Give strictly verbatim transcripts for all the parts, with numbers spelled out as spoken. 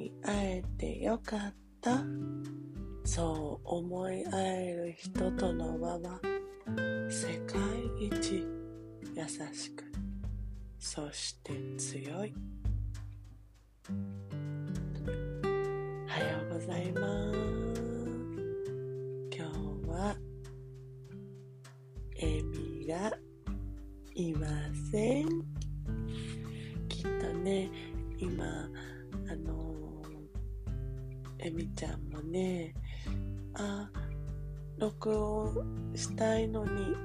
い合えてよかった。そう思い合える人との輪は世界一優しく、そして強い。おはようございます。今日はエミがいません。きっとね、今あのエミちゃんもね、あ、録音したいのに、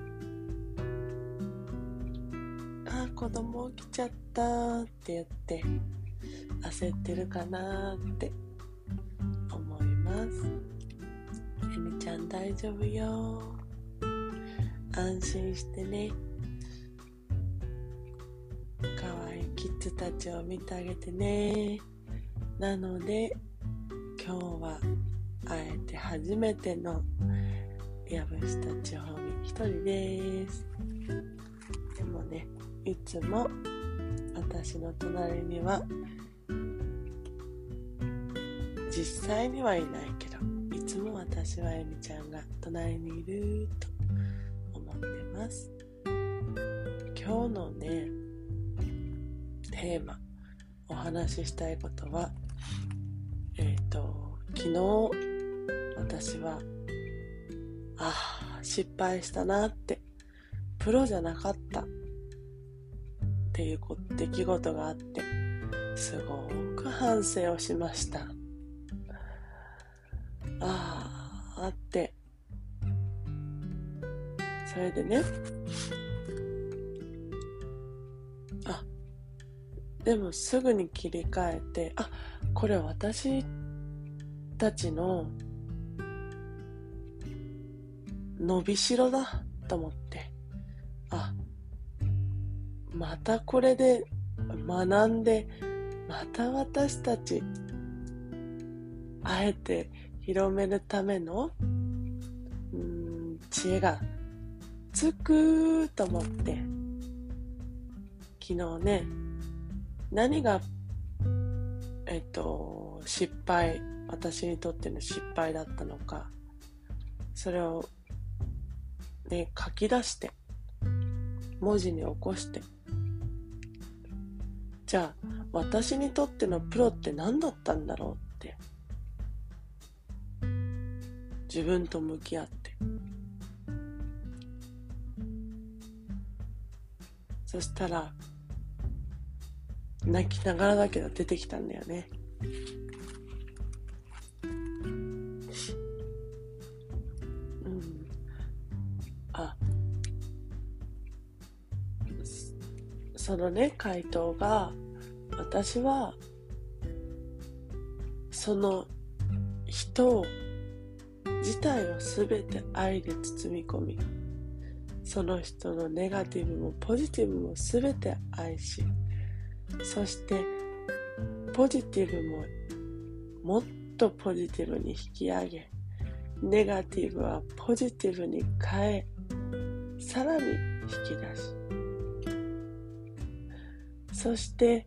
あ、子供起きちゃったって言って焦ってるかなって思います。エミちゃん大丈夫よ。安心してね。かわいいキッズたちを見てあげてね。なので今日はあえて初めての藪下千穂美一人です。でもね、いつも私の隣には実際にはいないけど、いつも私はエミちゃんが隣にいると思ってます。今日のねテーマ、お話ししたいことは、えっと昨日私はああ失敗したなって、プロじゃなかったっていう出来事があって、すごく反省をしました。あああって、それでね、あでもすぐに切り替えて、あ、これ私たちの伸びしろだと思って、あ、またこれで学んで、また私たちあえて広めるためのうーん知恵がつくと思って、昨日ね、何がえっと失敗、私にとっての失敗だったのか、それをね書き出して文字に起こして、じゃあ私にとってのプロって何だったんだろうって自分と向き合って、そしたら泣きながらだけど出てきたんだよね。うん、あ、そのね回答が、私はその人自体をすべて愛で包み込み、その人のネガティブもポジティブもすべて愛し、そしてポジティブももっとポジティブに引き上げ、ネガティブはポジティブに変え、さらに引き出し、そして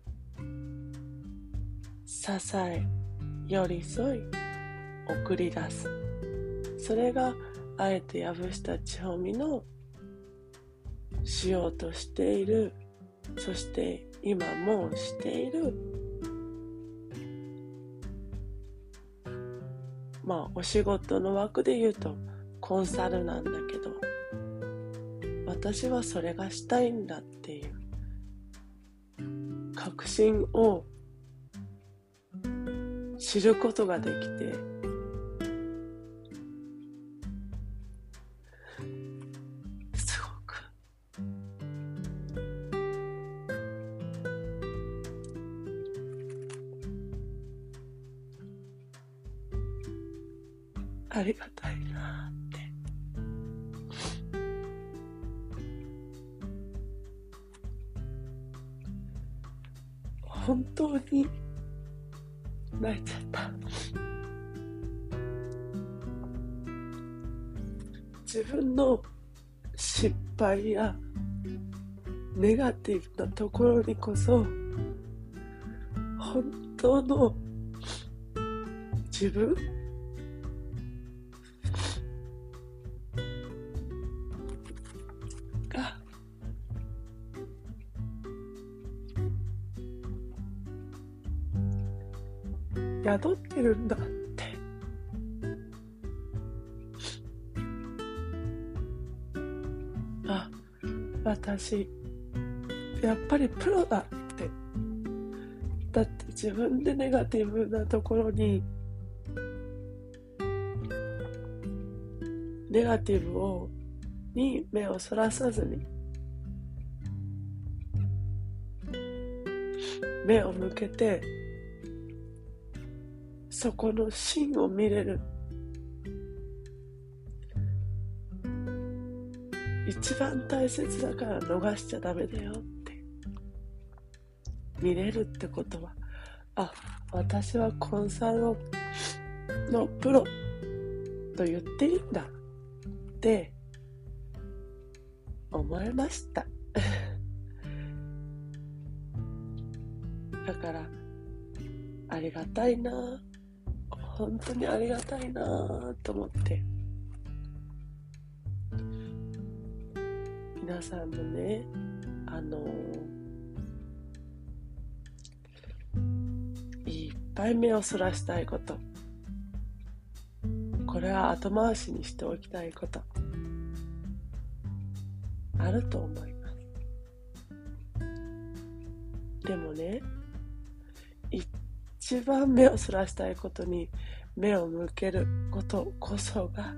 支え、寄り添い、送り出す。それがあえて藪下千穂美のしようとしている、そして今もうしている、まあお仕事の枠で言うとコンサルなんだけど、私はそれがしたいんだっていう確信を知ることができて、すごくありがたいなって。本当に泣いちゃった。自分の失敗やネガティブなところにこそ本当の自分が宿ってるんだって。あ、私やっぱりプロだって。だって自分でネガティブなところにネガティブをに目をそらさずに目を向けてそこの芯を見れる。一番大切だから逃しちゃダメだよって見れるってことは、あ、私はコンサルのプロと言っていいんだって思いましただからありがたいな、本当にありがたいなと思って、皆さんもね、あのー、いっぱい目をそらしたいこと、これは後回しにしておきたいことあると思います。でもね、一番目をそらしたいことに目を向けることこそが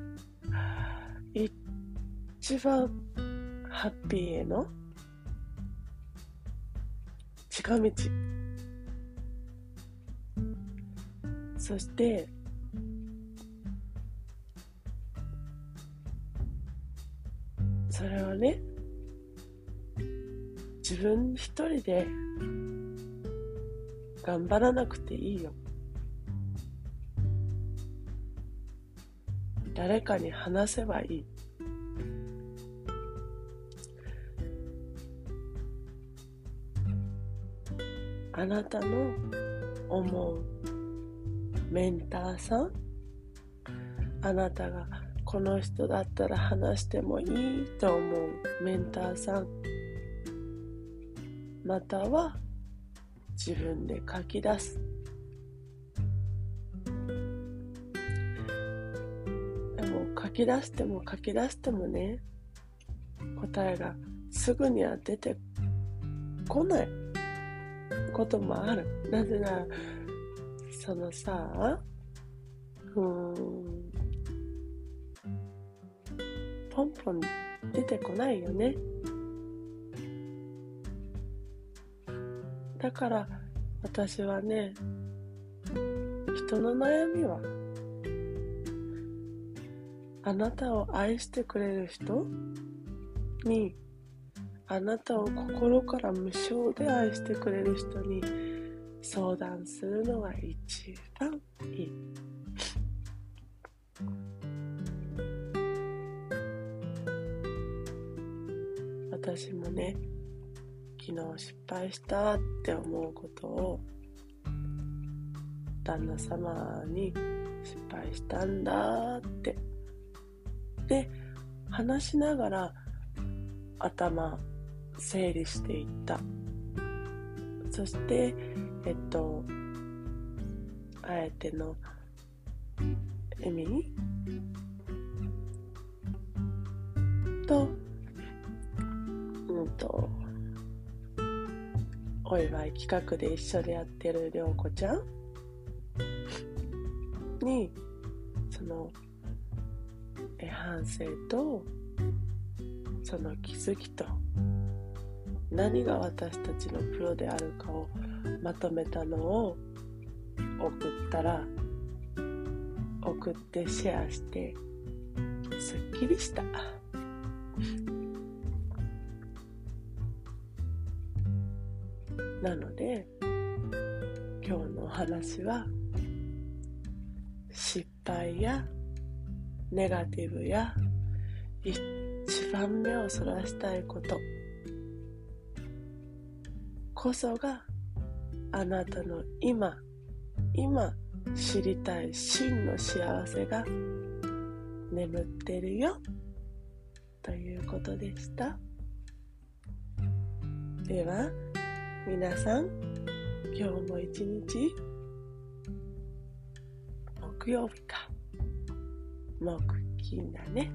一番ハッピーへの近道。そしてそれはね、自分一人で頑張らなくていいよ。誰かに話せばいい。あなたの思うメンターさん、あなたがこの人だったら話してもいいと思うメンターさん、または自分で書き出す。でも書き出しても書き出してもね、答えがすぐには出てこないこともある。なぜならそのさ、うーんポンポン出てこないよね。だから私はね、人の悩みはあなたを愛してくれる人に、あなたを心から無償で愛してくれる人に相談するのが一番いい。私もね、昨日失敗したって思うことを旦那様に失敗したんだってで話しながら頭整理していった。そしてえっと相手のエミとうんとお祝い企画で一緒でやってるりょうこちゃんにそのえ反省とその気づきと何が私たちのプロであるかをまとめたのを送ったら、送ってシェアしてすっきりした。なので今日のお話は失敗やネガティブや一番目をそらしたいことこそがあなたの今今知りたい真の幸せが眠ってるよということでした。では皆さん、今日も一日、木曜日か木金だね、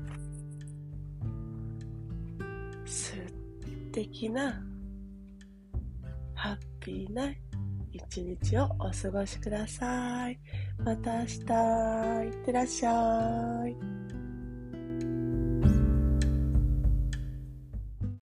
素敵なハッピーな一日をお過ごしください。また明日、いってらっしゃい。